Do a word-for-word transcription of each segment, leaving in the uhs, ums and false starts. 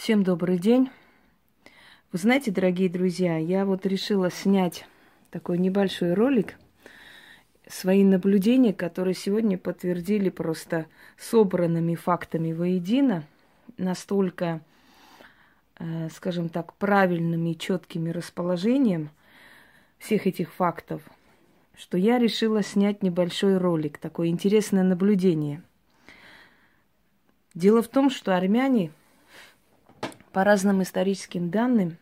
Всем добрый день. Вы знаете, дорогие друзья, я вот решила снять такой небольшой ролик, свои наблюдения, которые сегодня подтвердили просто собранными фактами воедино, настолько, э, скажем так, правильным и четкими расположением всех этих фактов, что я решила снять небольшой ролик, такое интересное наблюдение. Дело в том, что армяне, по разным историческим данным,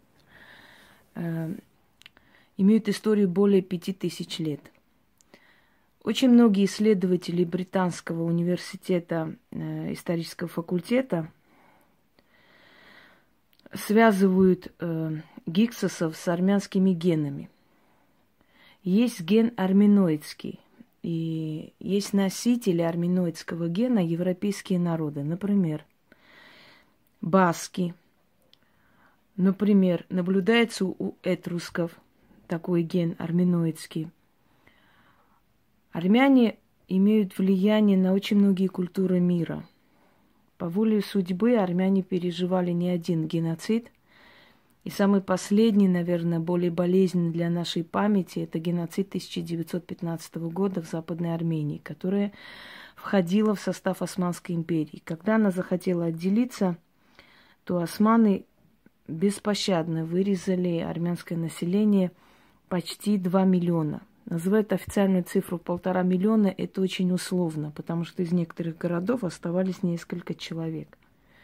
э, имеют историю более пяти тысяч лет. Очень многие исследователи Британского университета э, исторического факультета связывают э, гиксосов с армянскими генами. Есть ген армяноидский, и есть носители армяноидского гена европейские народы, например, баски. Например, наблюдается у этрусков такой ген армяноидский. Армяне имеют влияние на очень многие культуры мира. По воле судьбы армяне переживали не один геноцид. И самый последний, наверное, более болезненный для нашей памяти, это геноцид тысяча девятьсот пятнадцатого года в Западной Армении, которая входила в состав Османской империи. Когда она захотела отделиться, то османы беспощадно вырезали армянское население почти два миллиона. Называют официальную цифру полтора миллиона, это очень условно, потому что из некоторых городов оставались несколько человек.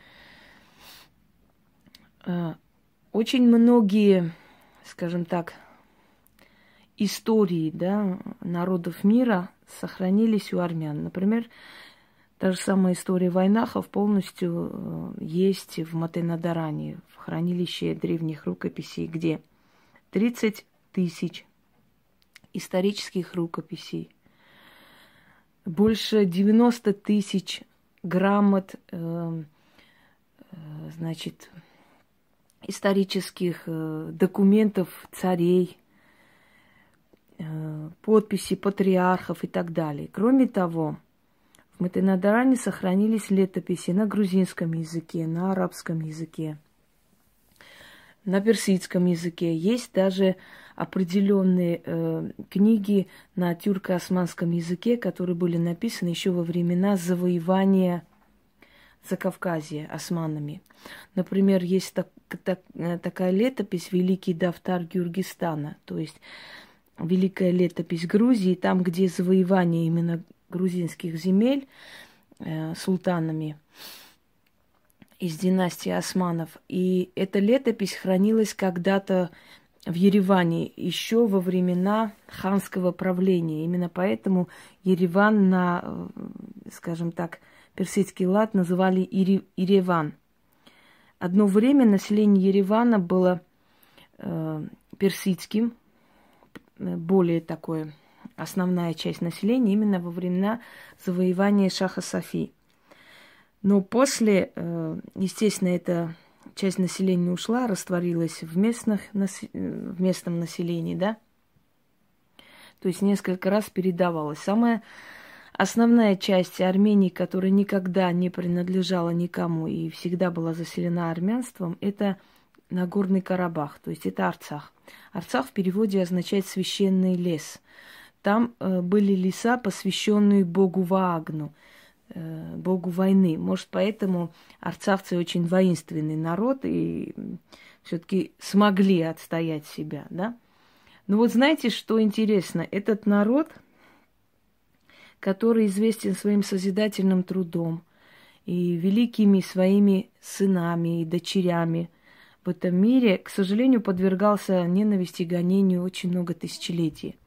Очень многие, скажем так, истории, да, народов мира сохранились у армян. Например, та же самая история вайнахов полностью есть в Матенадаране, в хранилище древних рукописей, где тридцать тысяч исторических рукописей, больше девяносто тысяч грамот, э, э, значит, исторических э, документов царей, э, подписи патриархов и так далее. Кроме того, в Матенадаране сохранились летописи на грузинском языке, на арабском языке, на персидском языке. Есть даже определенные э, книги на тюрко-османском языке, которые были написаны еще во времена завоевания Закавказья османами. Например, есть так, так, такая летопись «Великий Дафтар Гюргистана», то есть великая летопись Грузии, там, где завоевание именно грузинских земель э, султанами из династии османов. И эта летопись хранилась когда-то в Ереване, еще во времена ханского правления. Именно поэтому Ереван на, скажем так, персидский лад называли Ире, Иреван. Одно время население Еревана было э, персидским, более такое, основная часть населения, именно во времена завоевания Шаха Софи. Но после, э, естественно, эта часть населения ушла, растворилась в, местных, в местном населении, да? То есть несколько раз передавалась. Самая основная часть Армении, которая никогда не принадлежала никому и всегда была заселена армянством, это Нагорный Карабах, то есть это Арцах. Арцах в переводе означает «священный лес». Там э, были леса, посвященные богу Ваагну, э, богу войны. Может, поэтому арцахцы очень воинственный народ и все-таки смогли отстоять себя, да? Но вот знаете, что интересно? Этот народ, который известен своим созидательным трудом и великими своими сынами и дочерями в этом мире, к сожалению, подвергался ненависти и гонению очень много тысячелетий.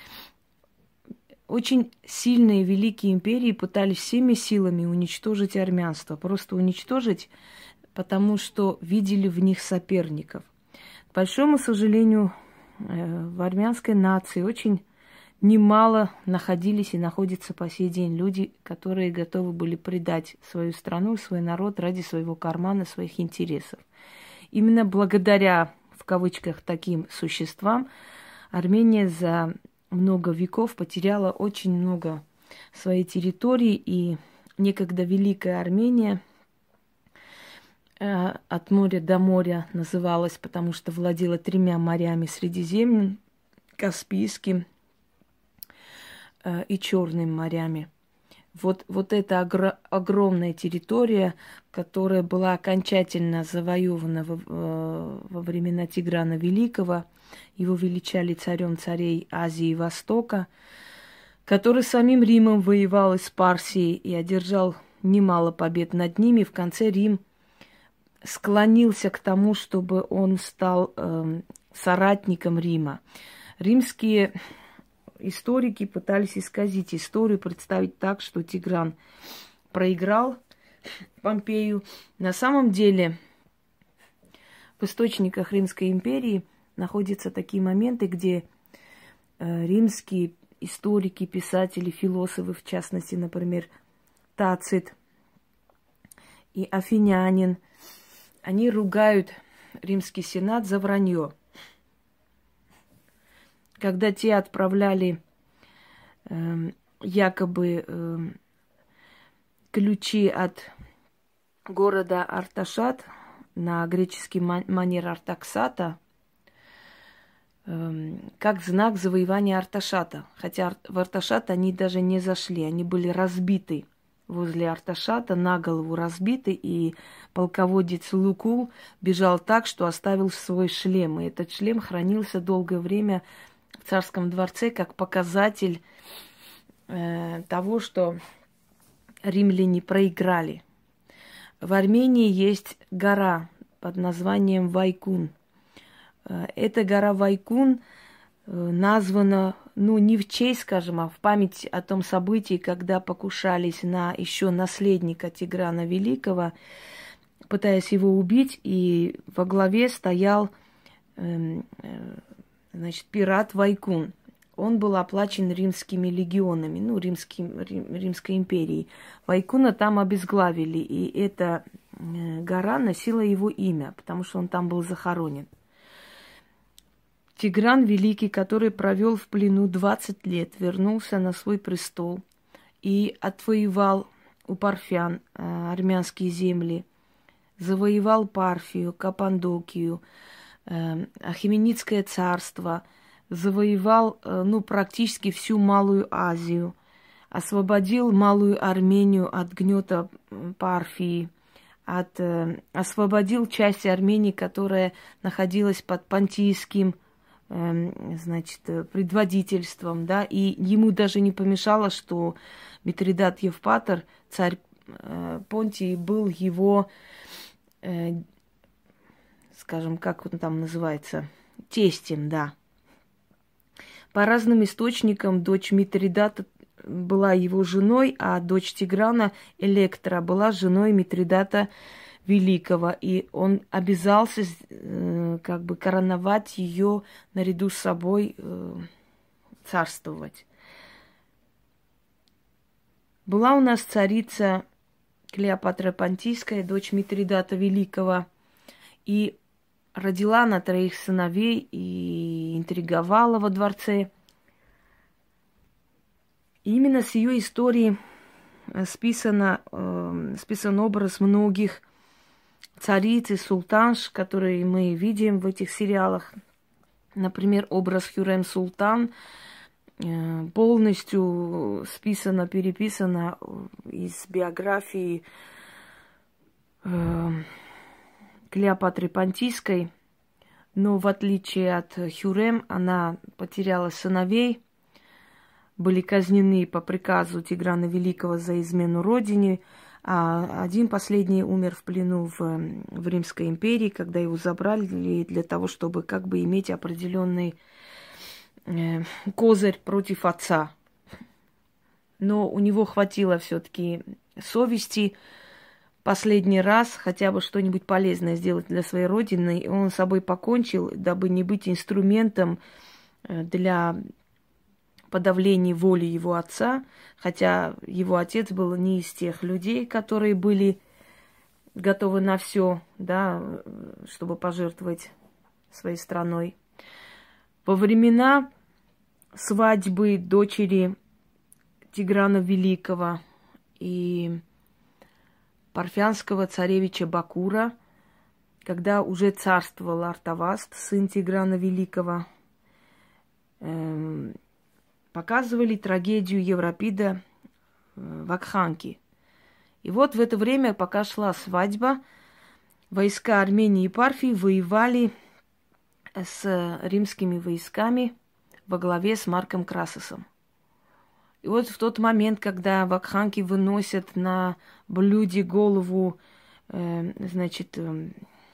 Очень сильные великие империи пытались всеми силами уничтожить армянство, просто уничтожить, потому что видели в них соперников. К большому сожалению, в армянской нации очень немало находились и находятся по сей день люди, которые готовы были предать свою страну, свой народ ради своего кармана, своих интересов. Именно благодаря, в кавычках, таким существам Армения за много веков потеряла очень много своей территории, и некогда Великая Армения э, от моря до моря называлась, потому что владела тремя морями: Средиземным, Каспийским э, и Черным морями. Вот, вот эта огр- огромная территория, которая была окончательно завоевана во, э, во времена Тиграна Великого, его величали царем царей Азии и Востока, который с самим Римом воевал из Парсии и одержал немало побед над ними. В конце Рим склонился к тому, чтобы он стал э, соратником Рима. Римские историки пытались исказить историю, представить так, что Тигран проиграл Помпею. На самом деле в источниках Римской империи находятся такие моменты, где э, римские историки, писатели, философы, в частности, например, Тацит и Афинянин, они ругают Римский Сенат за вранье. Когда те отправляли э, якобы э, ключи от города Арташат на греческий манер Артаксата, э, как знак завоевания Арташата. Хотя в Арташат они даже не зашли, они были разбиты возле Арташата, на голову разбиты, и полководец Лукул бежал так, что оставил свой шлем. И этот шлем хранился долгое время в царском дворце как показатель э, того, что римляне проиграли. В Армении есть гора под названием Вайкун. Э, эта гора Вайкун э, названа, ну, не в честь, скажем, а в память о том событии, когда покушались на еще наследника Тиграна Великого, пытаясь его убить, и во главе стоял э, э, значит, пират Вайкун. Он был оплачен римскими легионами, ну, римским, Рим, Римской империей. Вайкуна там обезглавили, и эта э, гора носила его имя, потому что он там был захоронен. Тигран Великий, который провел в плену двадцать лет, вернулся на свой престол и отвоевал у парфян э, армянские земли, завоевал Парфию, Каппадокию, э, Ахименидское царство, завоевал, э, ну, практически всю Малую Азию, освободил Малую Армению от гнета Парфии, от, э, освободил часть Армении, которая находилась под понтийским, э, значит, предводительством, да, и ему даже не помешало, что Митридат Евпатор, царь э, Понтии, был его, э, скажем, как он там называется, тестем, да. По разным источникам дочь Митридата была его женой, а дочь Тиграна, Электра, была женой Митридата Великого. И он обязался э, как бы короновать ее наряду с собой, э, царствовать. Была у нас царица Клеопатра Понтийская, дочь Митридата Великого, и родила она троих сыновей и интриговала во дворце. И именно с ее истории списано, э, списан образ многих цариц и султанш, которые мы видим в этих сериалах. Например, образ Хюррем Султан э, полностью списано, переписано из биографии э, Клеопатры Понтийской, но в отличие от Хюррем, она потеряла сыновей, были казнены по приказу Тиграна Великого за измену родине, а один последний умер в плену в, в Римской империи, когда его забрали для того, чтобы как бы иметь определенный э, козырь против отца. Но у него хватило все-таки совести последний раз хотя бы что-нибудь полезное сделать для своей родины. И он с собой покончил, дабы не быть инструментом для подавления воли его отца. Хотя его отец был не из тех людей, которые были готовы на все, да, чтобы пожертвовать своей страной. Во времена свадьбы дочери Тиграна Великого и парфянского царевича Бакура, когда уже царствовал Артаваст, сын Тиграна Великого, э, показывали трагедию Еврипида э, Вакханки. И вот в это время, пока шла свадьба, войска Армении и Парфии воевали с римскими войсками во главе с Марком Красосом. И вот в тот момент, когда вакханки выносят на блюде голову, э, значит, э,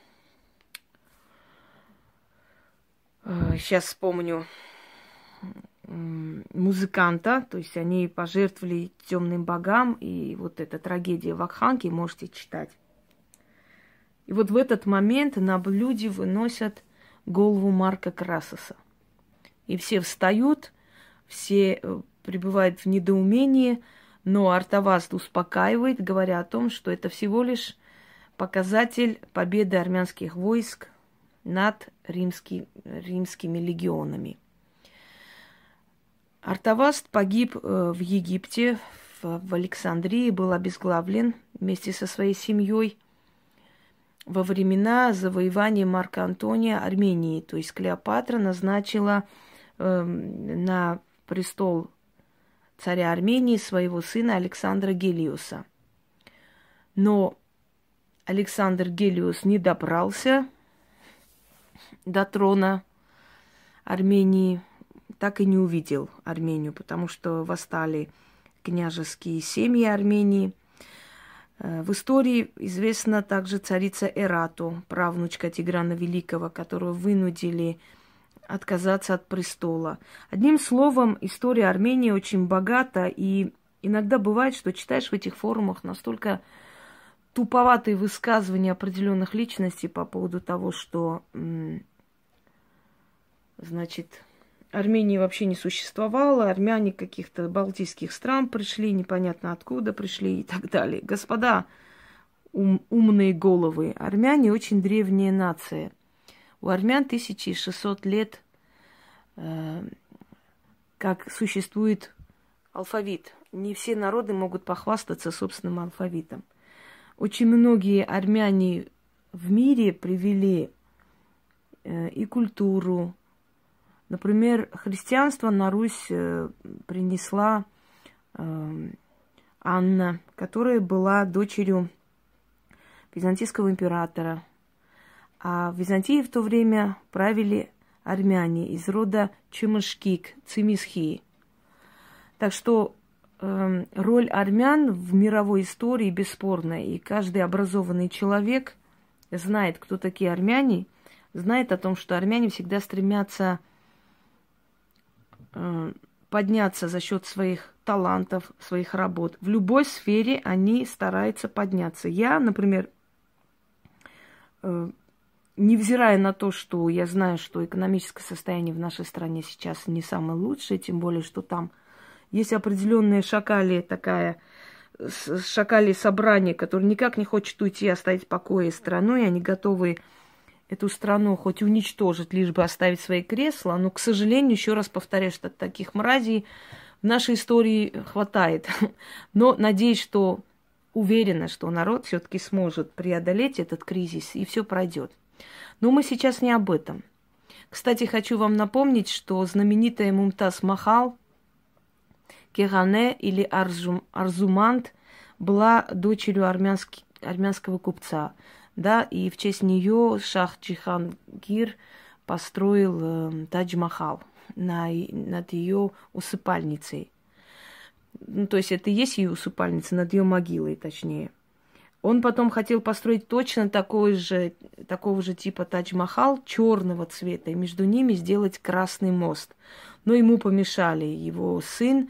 э, сейчас вспомню, э, музыканта, то есть они пожертвовали темным богам, и вот эта трагедия вакханки можете читать. И вот в этот момент на блюде выносят голову Марка Красоса. И все встают, все пребывают в недоумении, но Артаваст успокаивает, говоря о том, что это всего лишь показатель победы армянских войск над римски, римскими легионами. Артаваст погиб в Египте, в Александрии, был обезглавлен вместе со своей семьей во времена завоевания Марка Антония Армении. То есть Клеопатра назначила э, на престол царя Армении своего сына Александра Гелиоса. Но Александр Гелиос не добрался до трона Армении, так и не увидел Армению, потому что восстали княжеские семьи Армении. В истории известна также царица Эрату, правнучка Тиграна Великого, которую вынудили отказаться от престола. Одним словом, история Армении очень богата, и иногда бывает, что читаешь в этих форумах настолько туповатые высказывания определенных личностей по поводу того, что, значит, Армении вообще не существовало, армяне каких-то балтийских стран пришли, непонятно откуда пришли и так далее. Господа, ум, умные головы, армяне очень древняя нация. У армян тысяча шестьсот лет, э, как существует алфавит. Не все народы могут похвастаться собственным алфавитом. Очень многие армяне в мире привели э, и культуру. Например, христианство на Русь э, принесла э, Анна, которая была дочерью византийского императора. А в Византии в то время правили армяне из рода Чемышкик, Цимисхи. Так что э, роль армян в мировой истории бесспорна. И каждый образованный человек знает, кто такие армяне, знает о том, что армяне всегда стремятся подняться за счет своих талантов, своих работ. В любой сфере они стараются подняться. Я, например, невзирая на то, что я знаю, что экономическое состояние в нашей стране сейчас не самое лучшее, тем более, что там есть определенные шакали, такая шакали собрание, которое никак не хочет уйти, оставить в покое страну, и они готовы эту страну хоть уничтожить, лишь бы оставить свои кресла. Но, к сожалению, еще раз повторяю, что таких мразей в нашей истории хватает. Но надеюсь, что уверена, что народ все-таки сможет преодолеть этот кризис, и все пройдет. Но мы сейчас не об этом. Кстати, хочу вам напомнить, что знаменитая Мумтаз Махал, Кегане или Арзум, Арзумант, была дочерью армянски, армянского купца. Да, и в честь нее шах Джихангир построил э, Тадж-Махал на, над ее усыпальницей. Ну, то есть это и есть ее усыпальница, над ее могилой, точнее. Он потом хотел построить точно такой же, такого же типа Тадж-Махал, черного цвета, и между ними сделать красный мост. Но ему помешали его сын,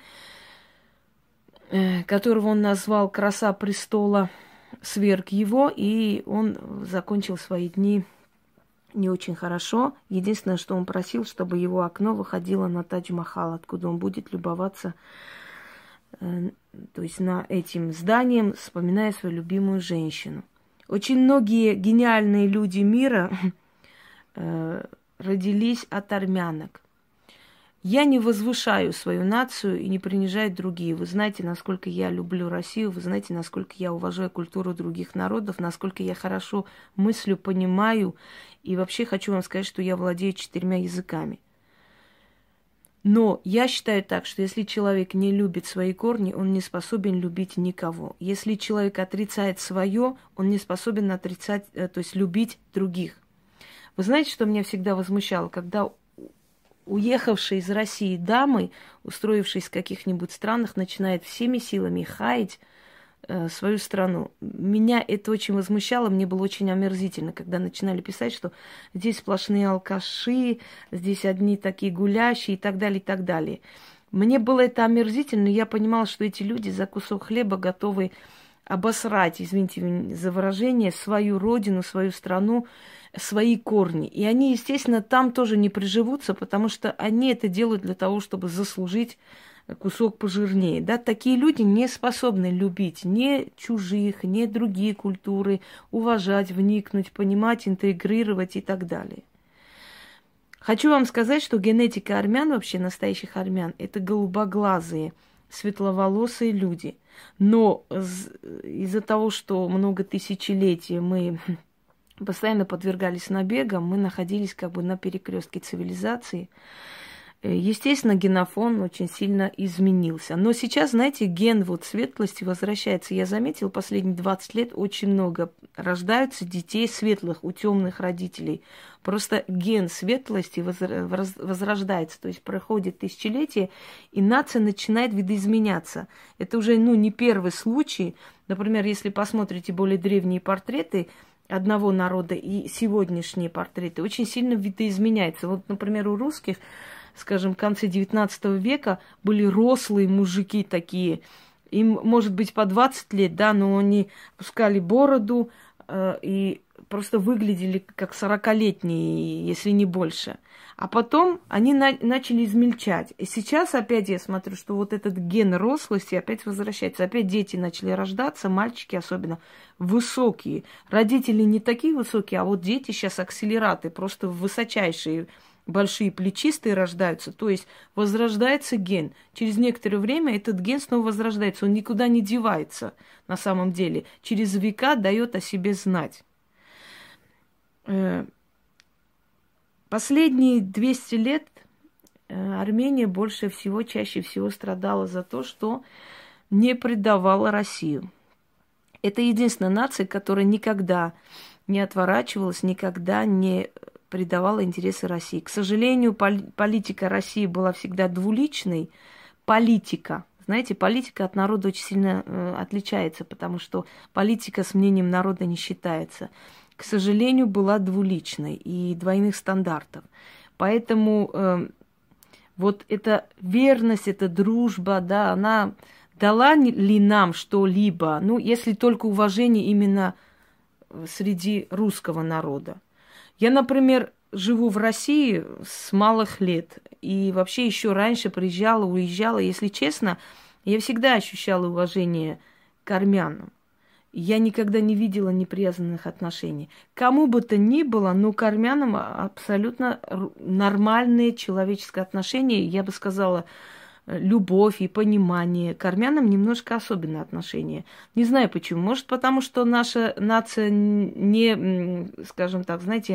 э, которого он назвал «Краса престола», сверг его, и он закончил свои дни не очень хорошо. Единственное, что он просил, чтобы его окно выходило на Тадж-Махал, откуда он будет любоваться, э, то есть на этим зданием, вспоминая свою любимую женщину. Очень многие гениальные люди мира э, родились от армянок. Я не возвышаю свою нацию и не принижаю другие. Вы знаете, насколько я люблю Россию, вы знаете, насколько я уважаю культуру других народов, насколько я хорошо мыслю, понимаю. И вообще хочу вам сказать, что я владею четырьмя языками. Но я считаю так, что если человек не любит свои корни, он не способен любить никого. Если человек отрицает свое, он не способен отрицать, то есть любить других. Вы знаете, что меня всегда возмущало, когда уехавшие из России дамы, устроившись в каких-нибудь странах, начинают всеми силами хаять э, свою страну. Меня это очень возмущало, мне было очень омерзительно, когда начинали писать, что здесь сплошные алкаши, здесь одни такие гулящие и так далее, и так далее. Мне было это омерзительно, я понимала, что эти люди за кусок хлеба готовы обосрать, извините за выражение, свою родину, свою страну, свои корни. И они, естественно, там тоже не приживутся, потому что они это делают для того, чтобы заслужить кусок пожирнее. Да? Такие люди не способны любить ни чужих, ни другие культуры, уважать, вникнуть, понимать, интегрировать и так далее. Хочу вам сказать, что генетика армян, вообще настоящих армян, это голубоглазые, светловолосые люди. Но из-за того, что много тысячелетий мы постоянно подвергались набегам, мы находились как бы на перекрестке цивилизации. Естественно, генофон очень сильно изменился. Но сейчас, знаете, ген вот светлости возвращается. Я заметила, последние двадцать лет очень много рождаются детей светлых у темных родителей. Просто ген светлости возрождается. То есть проходит тысячелетие, и нация начинает видоизменяться. Это уже ну, не первый случай. Например, если посмотрите более древние портреты одного народа и сегодняшние портреты, очень сильно видоизменяется. Вот, например, у русских, скажем, в конце девятнадцатого века были рослые мужики такие. Им, может быть, по двадцать лет, да, но они пускали бороду э, и просто выглядели как сорокалетние, если не больше. А потом они на- начали измельчать. И сейчас опять я смотрю, что вот этот ген рослости опять возвращается. Опять дети начали рождаться, мальчики особенно высокие. Родители не такие высокие, а вот дети сейчас акселераты, просто высочайшие, большие плечистые рождаются. То есть возрождается ген. Через некоторое время этот ген снова возрождается. Он никуда не девается на самом деле. Через века дает о себе знать. Последние двести лет Армения больше всего, чаще всего страдала за то, что не предавала Россию. Это единственная нация, которая никогда не отворачивалась, никогда не предавала интересы России. К сожалению, политика России была всегда двуличной. Политика. Знаете, политика от народа очень сильно э, отличается, потому что политика с мнением народа не считается. К сожалению, была двуличной и двойных стандартов. Поэтому э, вот эта верность, эта дружба, да, она дала ли нам что-либо, ну, если только уважение именно среди русского народа. Я, например, живу в России с малых лет и вообще еще раньше приезжала, уезжала. Если честно, я всегда ощущала уважение к армянам. Я никогда не видела неприязненных отношений. Кому бы то ни было, но к армянам абсолютно нормальные человеческие отношения. Я бы сказала, любовь и понимание. К армянам немножко особенное отношение. Не знаю почему. Может, потому что наша нация не, скажем так, знаете,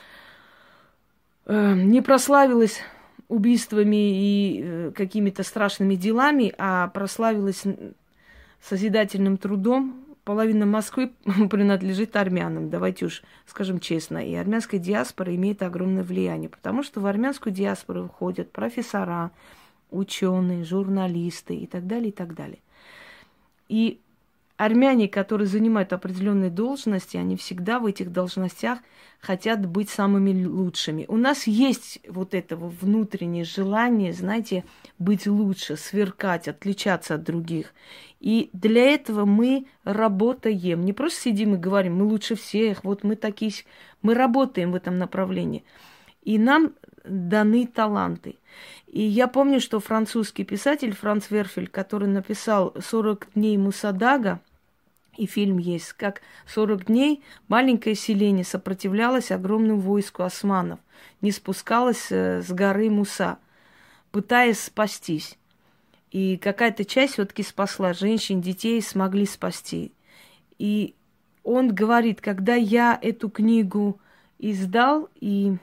не прославилась убийствами и какими-то страшными делами, а прославилась созидательным трудом. Половина Москвы принадлежит армянам, давайте уж скажем честно. И армянская диаспора имеет огромное влияние, потому что в армянскую диаспору входят профессора, ученые, журналисты и так далее, и так далее. И армяне, которые занимают определенные должности, они всегда в этих должностях хотят быть самыми лучшими. У нас есть вот это внутреннее желание, знаете, быть лучше, сверкать, отличаться от других. И для этого мы работаем. Не просто сидим и говорим, мы лучше всех, вот мы такие... Мы работаем в этом направлении. И нам даны таланты. И я помню, что французский писатель Франц Верфель, который написал «сорок дней Мусадага», и фильм есть, как сорок дней маленькое селение сопротивлялось огромному войску османов, не спускалось с горы Муса. пытаясь спастись. И какая-то часть все-таки спасла. Женщин, детей смогли спасти. И он говорит, когда я эту книгу издал и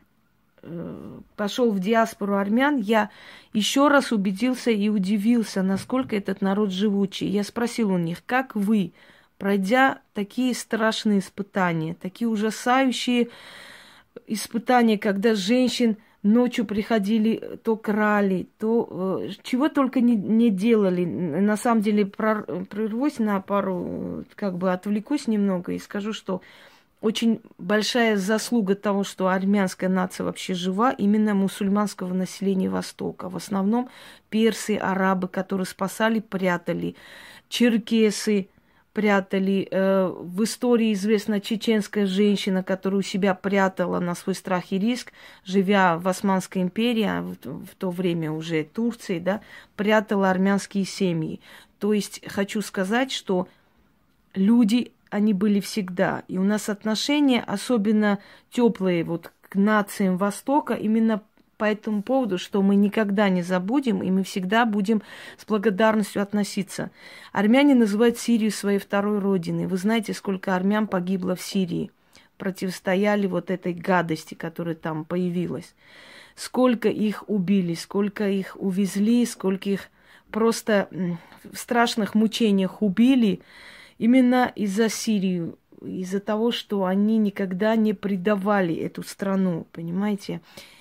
э, пошел в диаспору армян, я еще раз убедился и удивился, насколько этот народ живучий. Я спросил у них, как вы, пройдя такие страшные испытания, такие ужасающие испытания, когда женщин ночью приходили, то крали, то э, чего только не, не делали. На самом деле, прервусь на пару, как бы отвлекусь немного и скажу, что очень большая заслуга того, что армянская нация вообще жива, именно мусульманского населения Востока. В основном персы, арабы, которые спасали, прятали, черкесы прятали. В истории известна чеченская женщина, которая у себя прятала на свой страх и риск, живя в Османской империи, в то время уже Турции, да, прятала армянские семьи. То есть хочу сказать, что люди, они были всегда. И у нас отношения особенно теплые вот к нациям Востока именно по этому поводу, что мы никогда не забудем, и мы всегда будем с благодарностью относиться. Армяне называют Сирию своей второй родиной. Вы знаете, сколько армян погибло в Сирии, противостояли вот этой гадости, которая там появилась. Сколько их убили, сколько их увезли, сколько их просто в страшных мучениях убили именно из-за Сирии, из-за того, что они никогда не предавали эту страну, понимаете?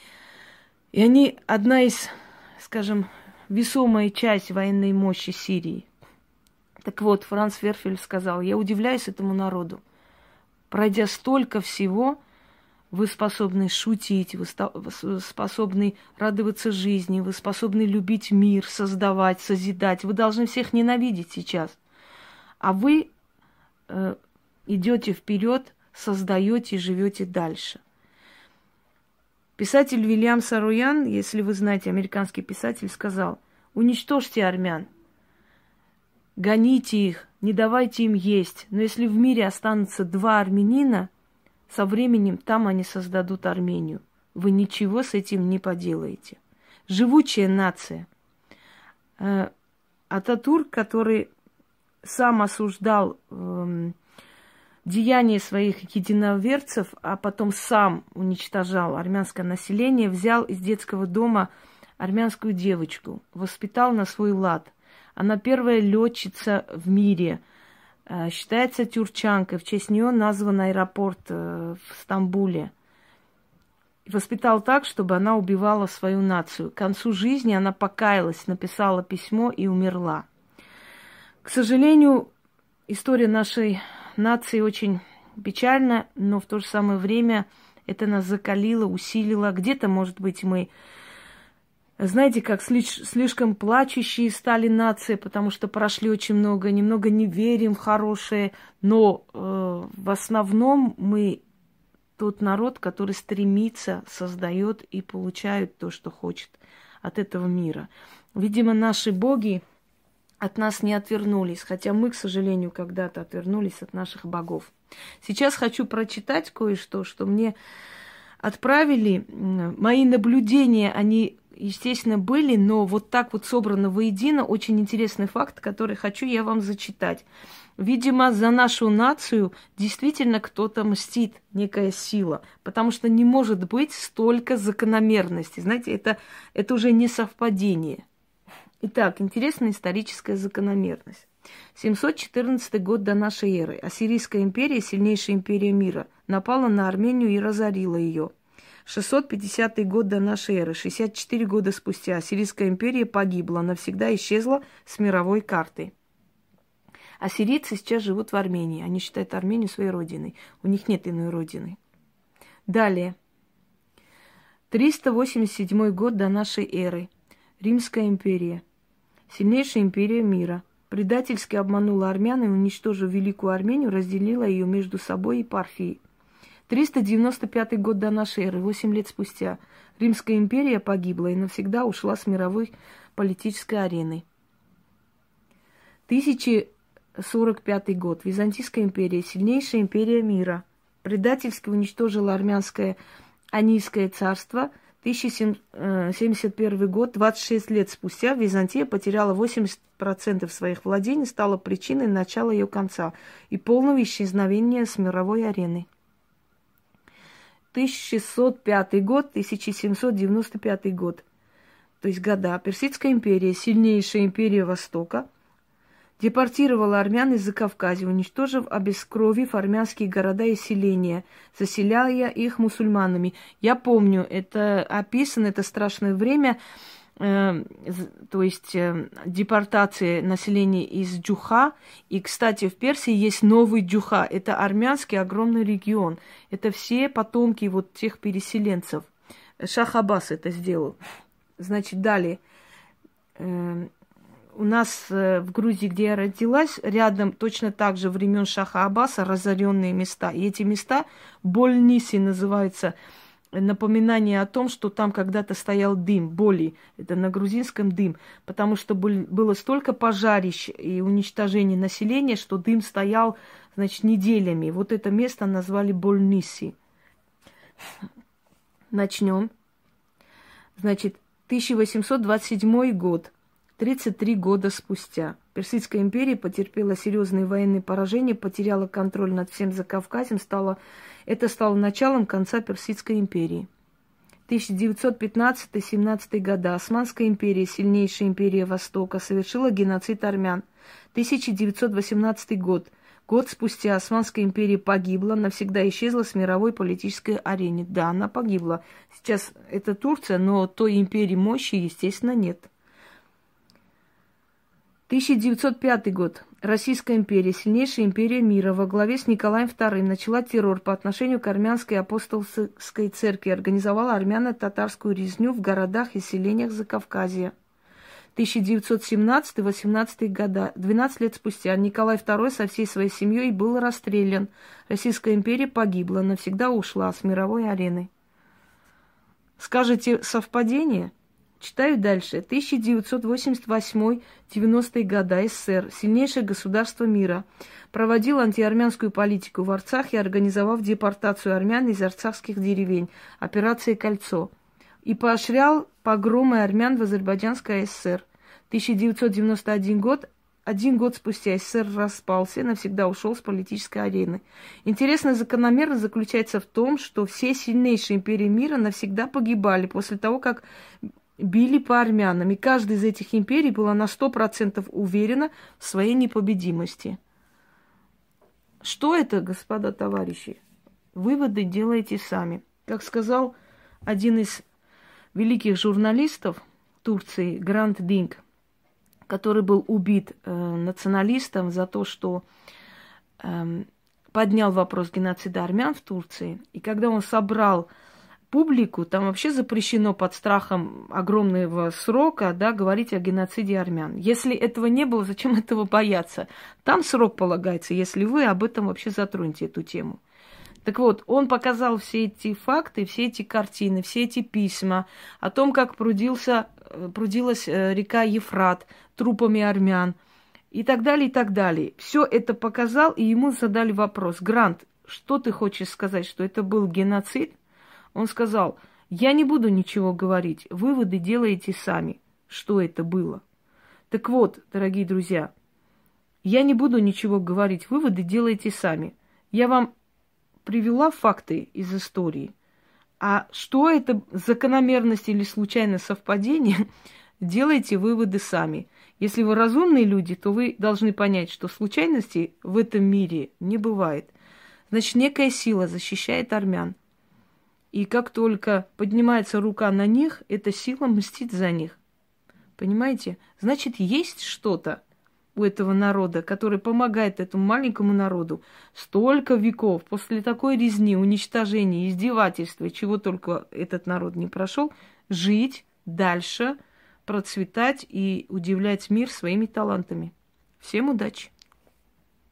И они одна из, скажем, весомая часть военной мощи Сирии. Так вот, Франц Верфель сказал, я удивляюсь этому народу. Пройдя столько всего, вы способны шутить, вы способны радоваться жизни, вы способны любить мир, создавать, созидать. Вы должны всех ненавидеть сейчас. А вы э, идете вперед, создаете и живете дальше. Писатель Вильям Сароян, если вы знаете, американский писатель, сказал, уничтожьте армян, гоните их, не давайте им есть. Но если в мире останутся два армянина, со временем там они создадут Армению. Вы ничего с этим не поделаете. Живучая нация. Ататурк, который сам осуждал э, деяния своих единоверцев, а потом сам уничтожал армянское население, взял из детского дома армянскую девочку, воспитал на свой лад. Она первая летчица в мире, э, считается тюркчанкой, в честь нее назван аэропорт э, в Стамбуле. Воспитал так, чтобы она убивала свою нацию. К концу жизни она покаялась, написала письмо и умерла. К сожалению, история нашей нации очень печальна, но в то же самое время это нас закалило, усилило. Где-то, может быть, мы, знаете, как слишком плачущие стали нации, потому что прошли очень много, немного не верим в хорошее, но э, в основном мы тот народ, который стремится, создает и получает то, что хочет от этого мира. Видимо, наши боги от нас не отвернулись, хотя мы, к сожалению, когда-то отвернулись от наших богов. Сейчас хочу прочитать кое-что, что мне отправили. Мои наблюдения, они, естественно, были, но вот так вот собрано воедино. Очень интересный факт, который хочу я вам зачитать. Видимо, за нашу нацию действительно кто-то мстит, некая сила, потому что не может быть столько закономерностей. Знаете, это, это уже не совпадение. Итак, интересная историческая закономерность. семьсот четырнадцатый год до нашей эры. Ассирийская империя, сильнейшая империя мира, напала на Армению и разорила ее. шестьсот пятидесятый год до нашей эры. шестьдесят четыре года спустя Ассирийская империя погибла, навсегда исчезла с мировой карты. Ассирийцы сейчас живут в Армении. Они считают Армению своей родиной. У них нет иной родины. Далее. триста восемьдесят седьмой год до нашей эры. Римская империя. Сильнейшая империя мира. Предательски обманула армян и, уничтожив Великую Армению, разделила ее между собой и Парфией. триста девяносто пятый год до нашей эры. Восемь лет спустя. Римская империя погибла и навсегда ушла с мировой политической арены. тысяча сорок пятый год. Византийская империя. Сильнейшая империя мира. Предательски уничтожила армянское Анийское царство. тысяча семьсот семьдесят первый год, двадцать шесть лет спустя, Византия потеряла восемьдесят процентов своих владений, стала причиной начала ее конца и полного исчезновения с мировой арены. тысяча шестьсот пятый год, тысяча семьсот девяносто пятый год. То есть года. Персидская империя, сильнейшая империя Востока, депортировала армян из Закавказья, уничтожив, обескровив армянские города и селения, заселяя их мусульманами. Я помню, это описано, это страшное время, э, то есть э, депортация населения из Джуха. И, кстати, в Персии есть новый Джуха. Это армянский огромный регион. Это все потомки вот тех переселенцев. Шах Аббас это сделал. Значит, далее. Э, У нас в Грузии, где я родилась, рядом точно так же времен Шаха Аббаса разоренные места. И эти места Боль-Ниси называются, напоминание о том, что там когда-то стоял дым, боли. Это на грузинском дым. Потому что было столько пожарищ и уничтожения населения, что дым стоял, значит, неделями. Вот это место назвали Боль-Ниси. Начнем. Значит, тысяча восемьсот двадцать седьмой год. тридцать три года спустя Персидская империя потерпела серьезные военные поражения, потеряла контроль над всем Закавказьем. Стало, это стало началом конца Персидской империи. тысяча девятьсот пятнадцатый — семнадцатый года. Османская империя, сильнейшая империя Востока, совершила геноцид армян. тысяча девятьсот восемнадцатый год. Год спустя Османская империя погибла, навсегда исчезла с мировой политической арены. Да, она погибла. Сейчас это Турция, но той империи мощи, естественно, нет. тысяча девятьсот пятый год. Российская империя, сильнейшая империя мира, во главе с Николаем вторым, начала террор по отношению к армянской апостольской церкви, организовала армяно-татарскую резню в городах и селениях Закавказья. тысяча девятьсот семнадцатый — восемнадцатый года. двенадцать лет спустя Николай второй со всей своей семьей был расстрелян. Российская империя погибла, навсегда ушла с мировой арены. Скажете, совпадение? Читаю дальше. тысяча девятьсот восемьдесят восьмой — девяностые года. СССР, сильнейшее государство мира, проводил антиармянскую политику в Арцахе, организовав депортацию армян из арцахских деревень, операция «Кольцо», и поощрял погромы армян в Азербайджанской ССР. тысяча девятьсот девяносто один год. Один год спустя СССР распался, навсегда ушел с политической арены. Интересная закономерность заключается в том, что все сильнейшие империи мира навсегда погибали после того, как били по армянам. И каждая из этих империй была на сто процентов уверена в своей непобедимости. Что это, господа товарищи? Выводы делайте сами. Как сказал один из великих журналистов Турции, Грант Динк, который был убит э, националистом за то, что э, поднял вопрос геноцида армян в Турции. И когда он собрал публику, там вообще запрещено под страхом огромного срока, да, говорить о геноциде армян. Если этого не было, зачем этого бояться? Там срок полагается, если вы об этом вообще затронете эту тему. Так вот, он показал все эти факты, все эти картины, все эти письма о том, как прудился, прудилась река Ефрат трупами армян и так далее, и так далее. Все это показал, и ему задали вопрос: Грант, что ты хочешь сказать, что это был геноцид? Он сказал: я не буду ничего говорить, выводы делаете сами, что это было. Так вот, дорогие друзья, я не буду ничего говорить, выводы делаете сами. Я вам привела факты из истории. А что это, закономерность или случайное совпадение, делайте выводы сами. Если вы разумные люди, то вы должны понять, что случайностей в этом мире не бывает. Значит, некая сила защищает армян. И как только поднимается рука на них, эта сила мстит за них. Понимаете? Значит, есть что-то у этого народа, который помогает этому маленькому народу столько веков, после такой резни, уничтожения, издевательства, чего только этот народ не прошел, жить дальше, процветать и удивлять мир своими талантами. Всем удачи!